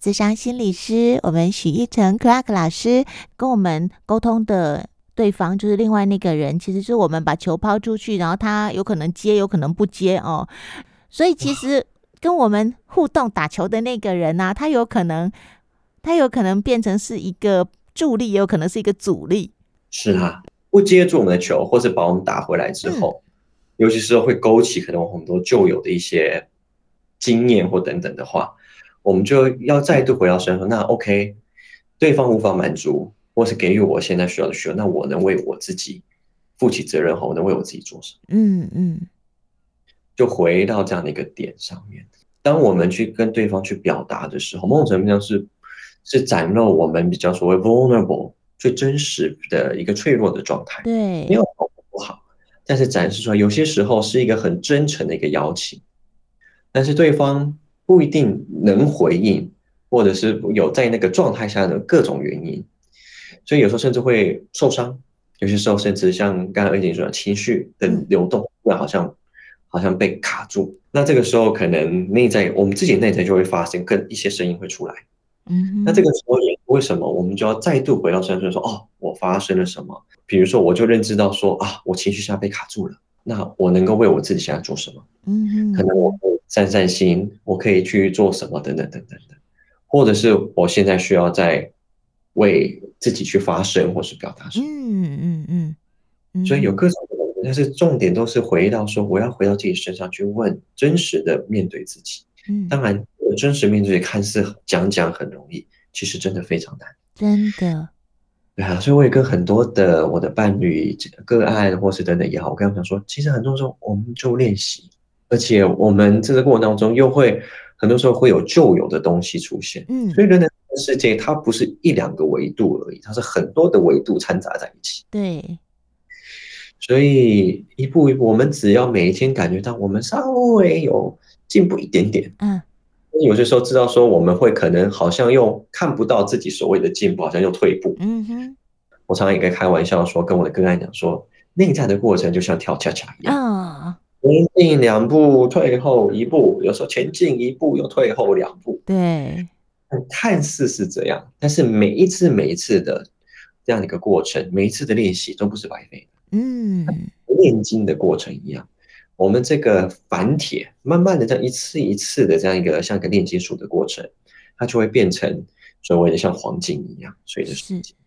諮商心理师，我们许一成 Clark 老师跟我们沟通的对方就是另外那个人，其实是我们把球抛出去，然后他有可能接有可能不接哦，所以其实跟我们互动打球的那个人啊，他有可能变成是一个助力，也有可能是一个阻力。 是啊，不接住我们的球，或是把我们打回来之后，尤其是会勾起可能我们很多旧有的一些经验或等等的话，我们就要再度回到身上。那 OK， 对方无法满足，或是给予我现在需要的需要，那我能为我自己负起责任后，我能为我自己做什么？就回到这样的一个点上面。当我们去跟对方去表达的时候，某种程度上是展露我们比较所谓 vulnerable 最真实的一个脆弱的状态。 对， 没有好不好，但是展示出来，有些时候是一个很真诚的一个邀请，但是对方不一定能回应，或者是有在那个状态下的各种原因，所以有时候甚至会受伤，有些时候甚至像刚才二姐说的情绪的流动，好像被卡住。那这个时候可能我们自己内在就会发生一些声音会出来。那这个时候为什么我们就要再度回到身上说，哦，我发生了什么？比如说我就认知到说啊，我情绪下被卡住了，那我能够为我自己现在做什么？可能我可以散散心，我可以去做什么等等等等的，或者是我现在需要在为自己去发声或是表达什么。所以有各种的人，但是重点都是回到说，我要回到自己身上去问，真实的面对自己。当然，真实面对自己看似讲很容易，其实真的非常难。 真的。 对啊，所以我也跟很多的我的伴侣个案或是等等也好，我跟他们讲说，其实很多时候我们就练习，而且我们这个过程当中又会很多时候会有旧有的东西出现。所以人的世界它不是一两个维度而已，它是很多的维度掺杂在一起。 对。 所以一步一步，我们只要每一天感觉到我们稍微有进步一点点，有些时候知道说我们会可能好像又看不到自己所谓的进步，好像又退步。我常常也可以开玩笑说，跟我的个案讲说，内在的过程就像跳恰恰一样，前进2步，退后1步，有时候前进1步又退后2步。 对， 看似是这样，但是每一次的这样的一个过程，每一次的练习都不是白费的。炼金的过程一样，我们这个反铁慢慢的这样一次一次的这样一个像个炼金术的过程，它就会变成所谓的像黄金一样，随着时间。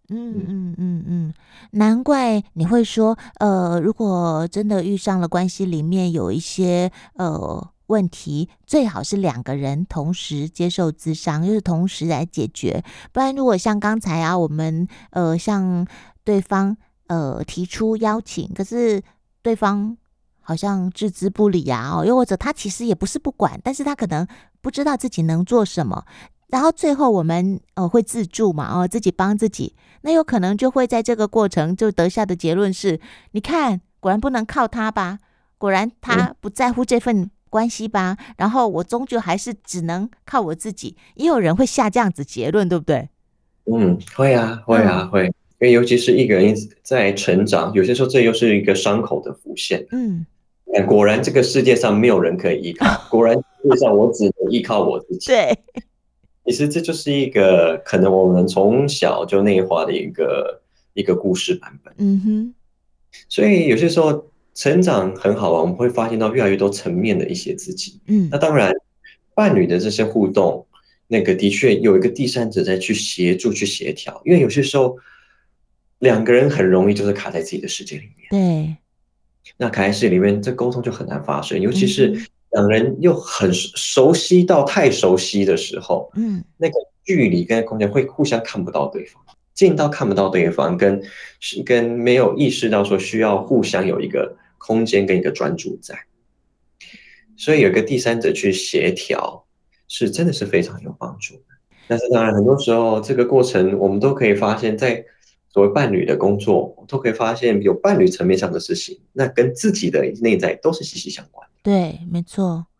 难怪你会说，如果真的遇上了关系里面有一些问题，最好是2个人同时接受諮商，就是同时来解决。不然如果像刚才啊，我们向对方提出邀请，可是对方好像置之不理啊，又或者他其实也不是不管，但是他可能不知道自己能做什么。然后最后我们会自助嘛，自己帮自己，那有可能就会在这个过程就得下的结论是，你看果然不能靠他吧，果然他不在乎这份关系吧，然后我终究还是只能靠我自己。也有人会下这样子结论，对不对？ 会啊，会，因为尤其是一个人在成长，有些时候这又是一个伤口的浮现。果然这个世界上没有人可以依靠，果然世界上我只能依靠我自己。 对。 其实这就是一个可能我们从小就内化的一个故事版本。所以有些时候成长很好玩，我们会发现到越来越多层面的一些自己。那当然，伴侣的这些互动，那个的确有一个第三者在去协助、去协调，因为有些时候2个人很容易就是卡在自己的世界里面。 对。 那卡在世界里面，这沟通就很难发生，尤其是2人又很熟悉到太熟悉的时候，那个距离跟空间会互相看不到对方，近到看不到对方，跟没有意识到说需要互相有一个空间跟一个专注在，所以有一个第三者去协调，是真的是非常有帮助的。但是当然很多时候这个过程我们都可以发现，在所谓伴侣的工作，都可以发现有伴侣层面上的事情，那跟自己的内在都是息息相关的。 对，没错。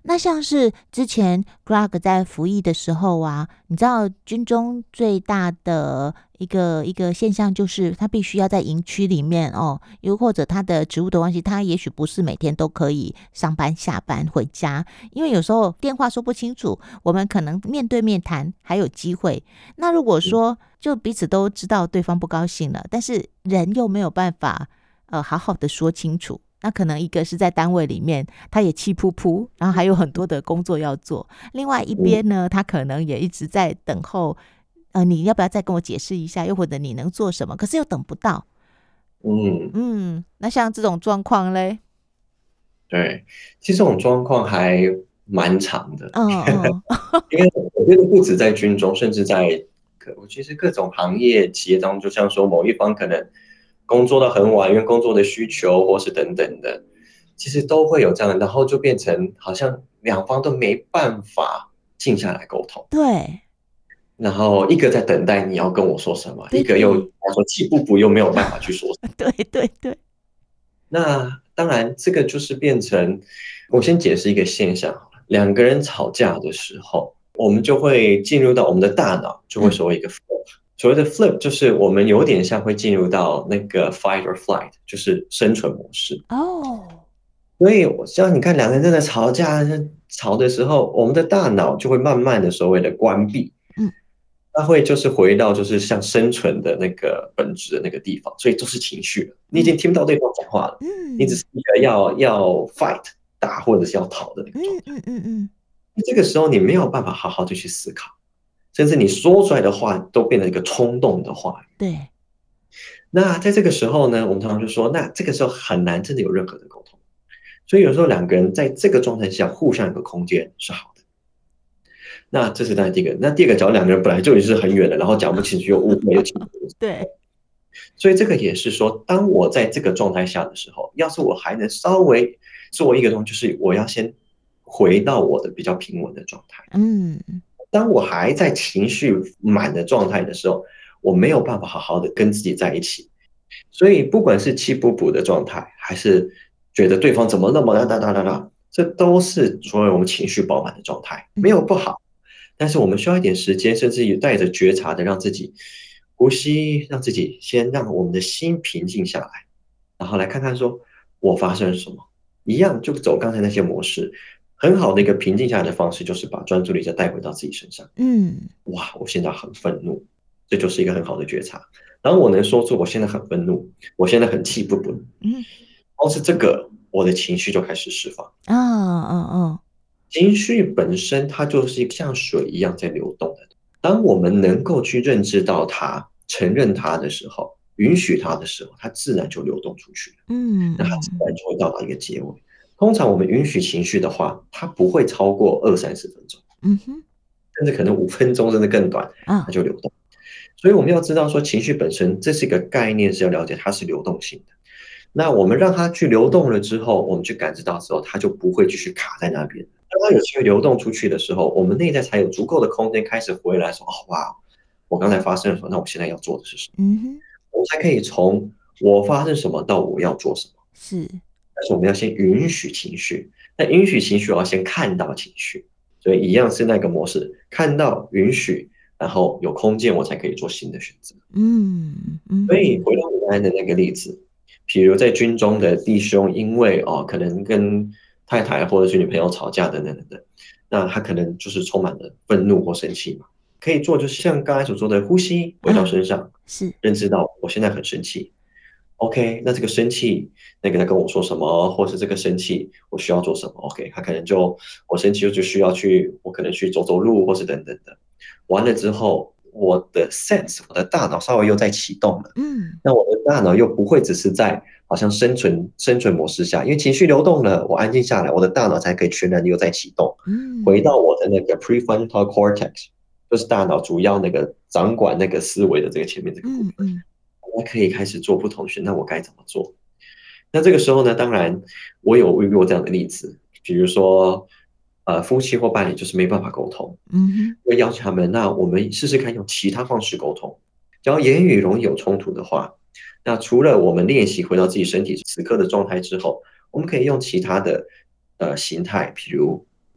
那像是之前 Greg 在服役的时候啊，你知道军中最大的一个现象就是他必须要在营区里面哦，又或者他的职务的关系，他也许不是每天都可以上班下班回家，因为有时候电话说不清楚，我们可能面对面谈还有机会。那如果说就彼此都知道对方不高兴了，但是人又没有办法好好的说清楚。那可能一个是在单位里面，他也气扑扑，然后还有很多的工作要做。另外一边呢，他可能也一直在等候，你要不要再跟我解释一下？又或者你能做什么？可是又等不到。那像这种状况嘞， 对，其实这种状况还蛮长的， 嗯嗯， 因为我觉得不止在军中，甚至在其实各种行业企业当中，就像说某一方可能工作到很晚，因为工作的需求或是等等的，其实都会有这样的，然后就变成好像两方都没办法静下来沟通， 对然后一个在等待你要跟我说什么，一个又对对他说气不不又没有办法去说什么。 对对对， 那当然，这个就是变成我先解释一个现象好了，两个人吵架的时候，我们就会进入到我们的大脑，就会所谓一个 flip。所谓的 flip 就是我们有点像会进入到那个 fight or flight，就是生存模式。 哦， 所以，像你看两个人真的吵架，吵的时候，我们的大脑就会慢慢的所谓的关闭， 嗯它会就是回到就是像生存的那个本质的那个地方，所以都是情绪了。你已嗯经听不到对方讲话了，你只嗯是一个要 fight 打或者是要逃的那个状态。 嗯， 这个时候你没有办法好好的去思考，甚至你说出来的话都变成一个冲动的话语。 对， 那在这个时候呢，我们常常就说，那这个时候很难真的有任何的沟通。所以有时候两个人在这个状态下互相有个空间是好的。那这是当然第一个。那第二个，假如两个人本来就已经是很远的，然后讲不清楚又误会又清楚， 对， 所以这个也是说，当我在这个状态下的时候，要是我还能稍微做一个东西，就是我要先回到我的比较平稳的状态。 嗯当我还在情绪满的状态的时候，我没有办法好好的跟自己在一起。所以不管是气不补的状态，还是觉得对方怎么那么哒哒哒哒，这都是所谓我们情绪饱满的状态，没有不好。但是我们需要一点时间，甚至于带着觉察的让自己呼吸，让自己先让我们的心平静下来，然后来看看说我发生了什么，一样就走刚才那些模式。很好的一个平静下来的方式，就是把专注力再带回到自己身上。 嗯哇，我现在很愤怒，这就是一个很好的觉察。然后我能说出我现在很愤怒，我现在很气不不， 嗯光是这个，我的情绪就开始释放。情绪本身它就是像水一样在流动的。当我们能够去认知到它、承认它的时候，允许它的时候，它自然就流动出去了。那它自然就会到达一个结尾。通常我们允许情绪的话，它不会超过20-30分钟，甚至可能5分钟，甚至更短，它就流动。所以我们要知道说，情绪本身这是一个概念，是要了解它是流动性的。那我们让它去流动了之后，我们去感知到之后，它就不会继续卡在那边。当它有机会流动出去的时候，我们内在才有足够的空间开始回来说：“哦，哇，我刚才发生了什么？那我现在要做的是什么？”我们才可以从我发生什么到我要做什么。 是， 但是我们要先允许情绪，那允许情绪，我要先看到情绪，所以一样是那个模式，看到、允许，然后有空间，我才可以做新的选择。所以回到我刚才的那个例子，比如在军中的弟兄，因为可能跟太太或者是女朋友吵架等等等等，那他可能就是充满了愤怒或生气嘛。可以做就是像刚才所说的呼吸，回到身上， 是认知到我现在很生气。OK，那这个生气，那个他跟我说什么，或是这个生气我需要做什么？OK，他可能就我生气就需要去，我可能去走走路，或是等等的。完了之后，我的 sense， 我的大脑稍微又在启动了。那我的大脑又不会只是在好像生存模式下，因为情绪流动了，我安静下来，我的大脑才可以全然的又在启动，回到我的那个 prefrontal cortex， 就是大脑主要那个掌管那个思维的这个前面这个部分。我可以开始做不同选，那我该怎么做？那这个时候呢，当然我有遇过这样的例子，比如说夫妻或伴侣就是没办法沟通，会邀请他们，那我们试试看用其他方式沟通。只要言语容易有冲突的话，那除了我们练习回到自己身体此刻的状态之后，我们可以用其他的形态，比如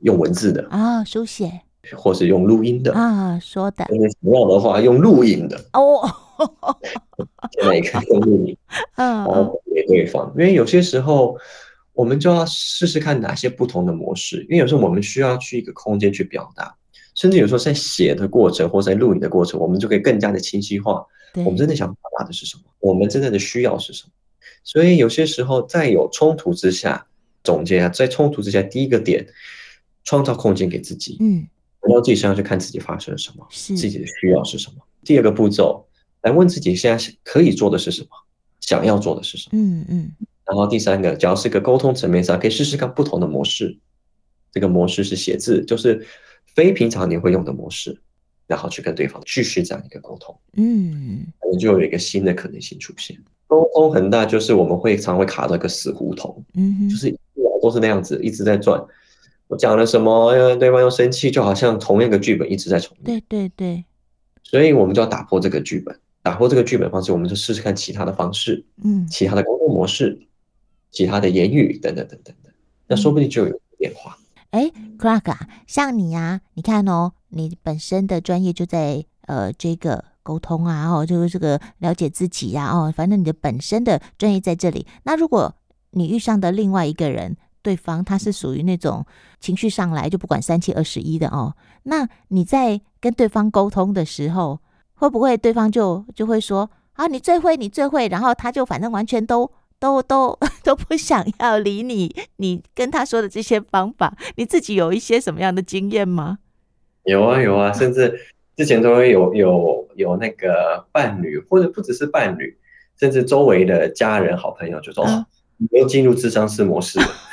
用文字的， 啊，书写或是用录音的， 啊，说的甚至想要的话用录影的， 哦， 现在也可以用录影， 嗯嗯然后给对方。因为有些时候我们就要试试看哪些不同的模式，因为有时候我们需要去一个空间去表达，甚至有时候在写的过程或在录影的过程，我们就可以更加的清晰化，我们对， 真的想表达的是什么，我们真正的需要是什么。所以有些时候在有冲突之下，总结啊，在冲突之下，第一个点，创造空间给自己， 嗯， 回到自己身上去看自己发生了什么， 是， 自己的需要是什么。第二个步骤，来问自己现在可以做的是什么，想要做的是什么。 嗯嗯然后第三个，只要是个沟通层面上，可以试试看不同的模式。这个模式是写字，就是非平常你会用的模式，然后去跟对方继续这样一个沟通， 嗯可能就有一个新的可能性出现。沟通很大，就是我们常会卡到一个死胡同， 嗯哼， 就是一直都是那样子，一直在转。我讲了什么，对方又生气，就好像同样的剧本一直在重演。 对对对， 所以我们就要打破这个剧本，打破这个剧本方式，我们就试试看其他的方式， 嗯其他的沟通模式，其他的言语等等等等的，那说嗯。 不定就有变化。 哎，Clark 啊，像你啊，你看哦，你本身的专业就在这个沟通啊，哦，就是这个了解自己呀、哦，反正你的本身的专业在这里。那如果你遇上的另外一个人，对方他是属于那种情绪上来就不管3七21的哦，那你在跟对方沟通的时候，会不会对方就会说啊，你最会，你最会，然后他就反正完全都不想要理你，你跟他说的这些方法，你自己有一些什么样的经验吗？ 有啊有啊，甚至之前都会有那个伴侣，或者不只是伴侣，甚至周围的家人、好朋友就说： 嗯， “哦，你又进入智商师模式了。”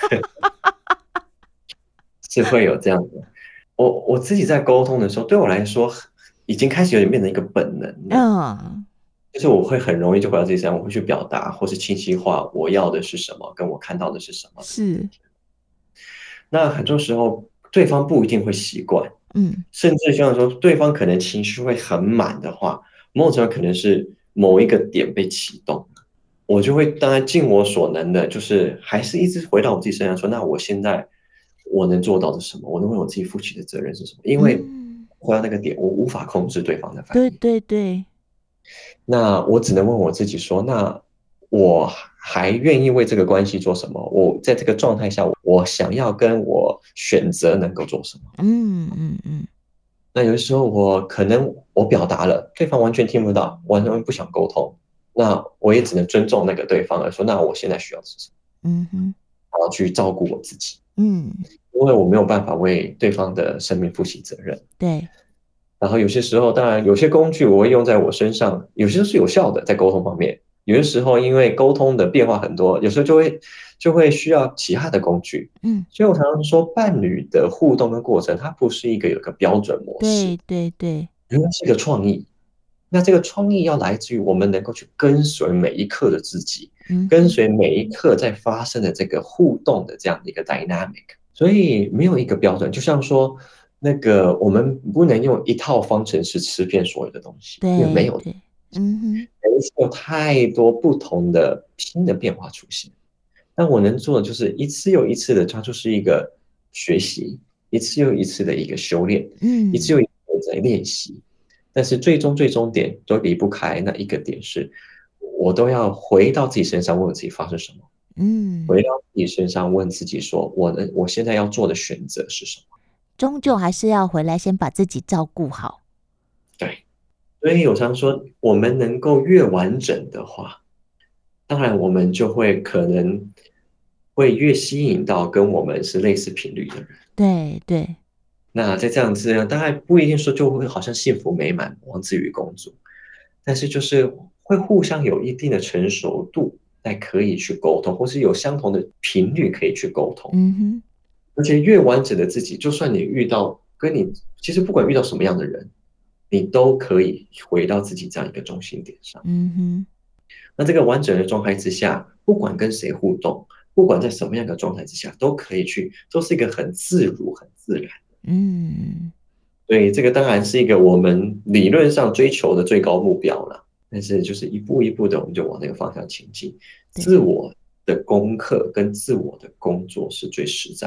是会有这样的。我自己在沟通的时候，对我来说已经开始有点变成一个本能了。 嗯， 就是我会很容易就回到自己身上，我会去表达或是清晰化我要的是什么，跟我看到的是什么。 是， 那很多时候对方不一定会习惯， 嗯甚至像说对方可能情绪会很满的话，某种程度可能是某一个点被启动，我就会当然尽我所能的，就是还是一直回到我自己身上说，那我现在我能做到的是什么？我能为我自己负起的责任是什么？因为嗯， 回到那个点，我无法控制对方的反对应。 对对， 那我只能问我自己说，那我还愿意为这个关系做什么？我在这个状态下，我想要跟我选择能够做什么？ 嗯嗯嗯那有的时候我可能我表达了，对方完全听不到，完全不想沟通，那我也只能尊重那个对方而说，那我现在需要的是什么？ 嗯哼， 然后去照顾我自己， 嗯， 因为我没有办法为对方的生命负起责任。 对， 然后有些时候，当然有些工具我会用在我身上，有些是有效的，在沟通方面。有些时候因为沟通的变化很多，有时候就会需要其他的工具。 嗯， 所以我常常说，伴侣的互动跟过程，它不是一个有个标准模式， 对对对， 原来是一个创意。那这个创意要来自于我们能够去跟随每一刻的自己，跟嗯哼， 随每一刻在发生的这个互动的这样的一个 dynamic。所以没有一个标准，就像说那个我们不能用一套方程式吃遍所有的东西，因为没有， 对对，嗯哼， 每一次有太多不同的新的变化出现。那我能做的就是一次又一次的，它就是一个学习，一次又一次的一个修炼，一次嗯又一次的在练习。但是最终点都离不开那一个点是，我都要回到自己身上，问我自己发生什么， 嗯， 回到自己身上问自己说，我现在要做的选择是什么？ 终究还是要回来先把自己照顾好。 对，所以有常说，我们能够越完整的话，当然我们就会可能会越吸引到跟我们是类似频率的人。 对对， 那在这样子呢，当然不一定说就会好像幸福美满、王子与公主，但是就是会互相有一定的成熟度，来可以去沟通，或是有相同的频率可以去沟通。 嗯哼， 而且越完整的自己，就算你遇到跟你其实不管遇到什么样的人，你都可以回到自己这样一个中心点上。 嗯哼， 那这个完整的状态之下，不管跟谁互动，不管在什么样的状态之下，都是一个很自如、很自然。 嗯， 所以这个当然是一个我们理论上追求的最高目标了，但是就是一步一步的，我们就往那个方向前进。 对， 自我的功课跟自我的工作是最实在的。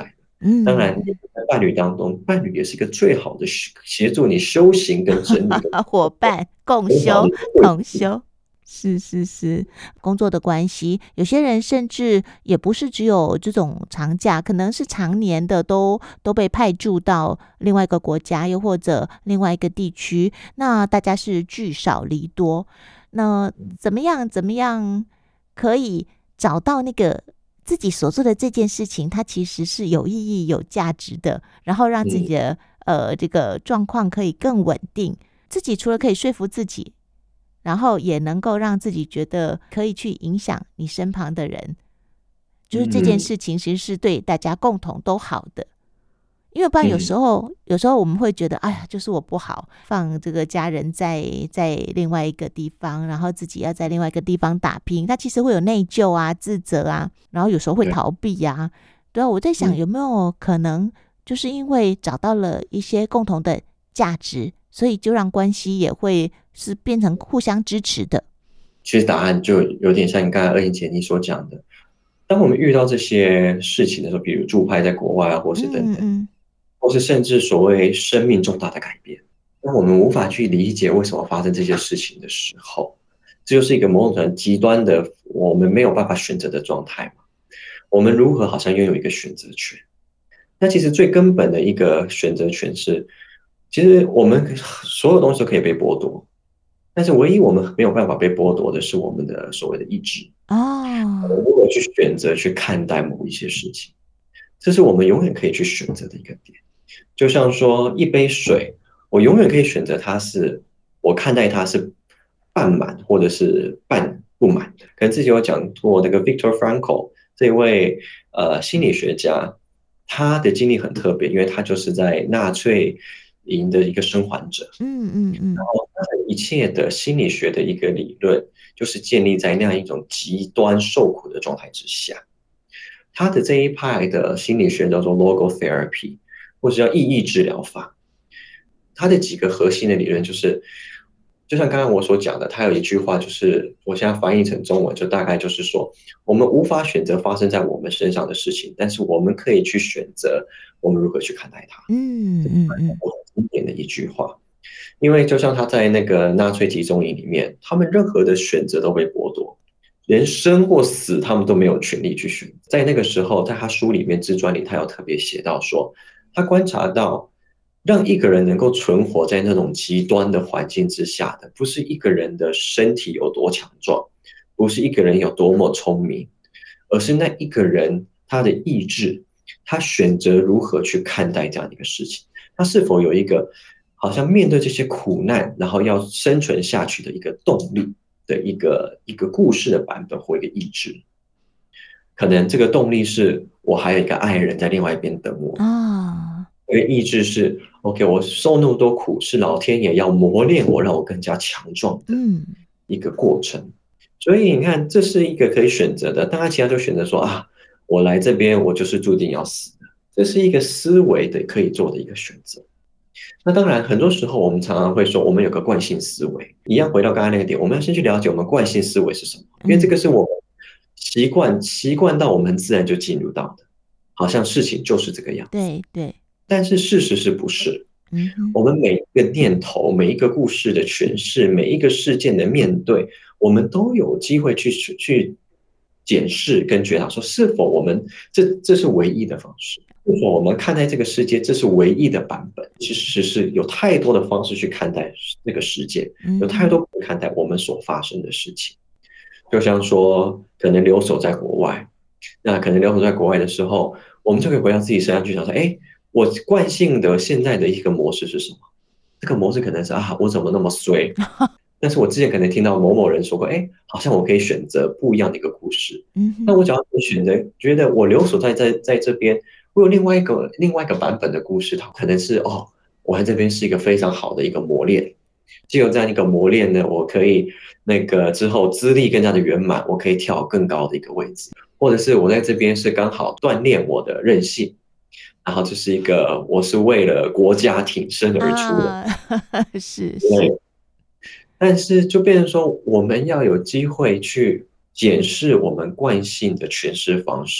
当然， 嗯， 在伴侣当中，伴侣也是一个最好的协助你修行跟整理的伙伴共很好的修、 一个贵人。 同修。是是是，工作的关系，有些人甚至也不是只有这种长假，可能是常年的都被派驻到另外一个国家，又或者另外一个地区。那大家是聚少离多，那怎么样可以找到那个自己所做的这件事情，它其实是有意义、有价值的，然后让自嗯， 己的这个状况可以更稳定。自己除了可以说服自己，然后也能够让自己觉得可以去影响你身旁的人，就是这件嗯， 事情其实是对大家共同都好的。因为不然嗯， 有时候我们会觉得，哎呀，就是我不好，放这个家人在另外一个地方，然后自己要在另外一个地方打拼，他其实会有内疚啊、自责啊，然后有时候会对， 逃避呀、对啊，我在想嗯。 有没有可能，就是因为找到了一些共同的价值，所以就让关系也会是变成互相支持的。 其实答案就有点像你刚才二英姐你所讲的，当我们遇到这些事情的时候，比如驻派在国外啊，或是等等， 嗯嗯或是甚至所谓生命重大的改变，当我们无法去理解为什么发生这些事情的时候，这就是一个某种程度极端的我们没有办法选择的状态嘛。我们如何好像拥有一个选择权？那其实最根本的一个选择权是，其实我们所有东西都可以被剥夺，但是唯一我们没有办法被剥夺的是我们的所谓的意志。我们哦， 如何去选择去看待某一些事情，这是我们永远可以去选择的一个点。就像说一杯水，我永远可以选择我看待它是半满或者是半不满。可能之前有讲过那个 Viktor Frankl 这位心理学家，他的经历很特别，因为他就是在纳粹营的一个生还者。 嗯嗯嗯他的一切的心理学的一个理论，就是建立在那样一种极端受苦的状态之下。他的这一派的心理学叫做 logotherapy，或者叫意义治疗法。它的几个核心的理论就是，就像刚刚我所讲的，它有一句话，就是我现在翻译成中文，就大概就是说，我们无法选择发生在我们身上的事情，但是我们可以去选择我们如何去看待它。 嗯嗯嗯， 我很经典的一句话。因为就像他在那个纳粹集中营里面，他们任何的选择都被剥夺，连生或死他们都没有权利去选。在那个时候，在他书里面自传里，他有特别写到说，他观察到，让一个人能够存活在那种极端的环境之下的，不是一个人的身体有多强壮，不是一个人有多么聪明，而是那一个人他的意志，他选择如何去看待这样的一个事情，他是否有一个好像面对这些苦难，然后要生存下去的一个动力的一个故事的版本或一个意志。可能这个动力是我还有一个爱人在另外一边等我， 啊， 因为意志是 OK，我受那么多苦，是老天爷要磨练我，让我更加强壮的嗯一个过程。所以你看，这是一个可以选择的。当然，其他就选择说啊，我来这边我就是注定要死的，这是一个思维的可以做的一个选择。那当然，很多时候我们常常会说，我们有个惯性思维。一样回到刚才那个点，我们要先去了解我们惯性思维是什么，因为这嗯， 个是我们习惯到我们自然就进入到的，好像事情就是这个样子。 对对， 但是事实是不是？ 嗯哼， 我们每一个念头、每一个故事的诠释、每一个事件的面对，我们都有机会去检视跟觉察，说是否我们这是唯一的方式，是否我们看待这个世界这是唯一的版本？其实是有太多的方式去看待那个世界，有太嗯哼， 多可以看待我们所发生的事情。就像说，可能留守在国外，那可能留守在国外的时候，我们就可以回到自己身上去想说，哎，我惯性的现在的一个模式是什么？这个模式可能是啊，我怎么那么衰？但是我之前可能听到某某人说过，哎，好像我可以选择不一样的一个故事。 嗯哼， 那我只要选择，觉得我留守在这边，我有另外一个版本的故事，它可能是哦，我在这边是一个非常好的一个磨练，只有这样一个磨练呢，我可以那个之后资历更加的圆满，我可以跳更高的一个位置，或者是我在这边是刚好锻炼我的韧性，然后这是一个我是为了国家挺身而出的。 啊，是是， 但是就变成说，我们要有机会去检视我们惯性的诠释方式，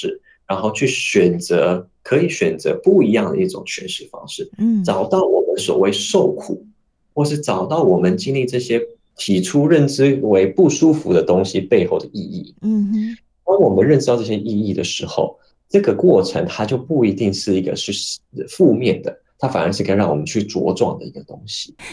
然后去选择，可以选择不一样的一种诠释方式，找到我们所谓受苦，或是找到我们经历这些起初认知为不舒服的东西背后的意义。当我们认知到这些意义的时候，这个过程它就不一定是一个是负面的，它反而是可以让我们去茁壮的一个东西。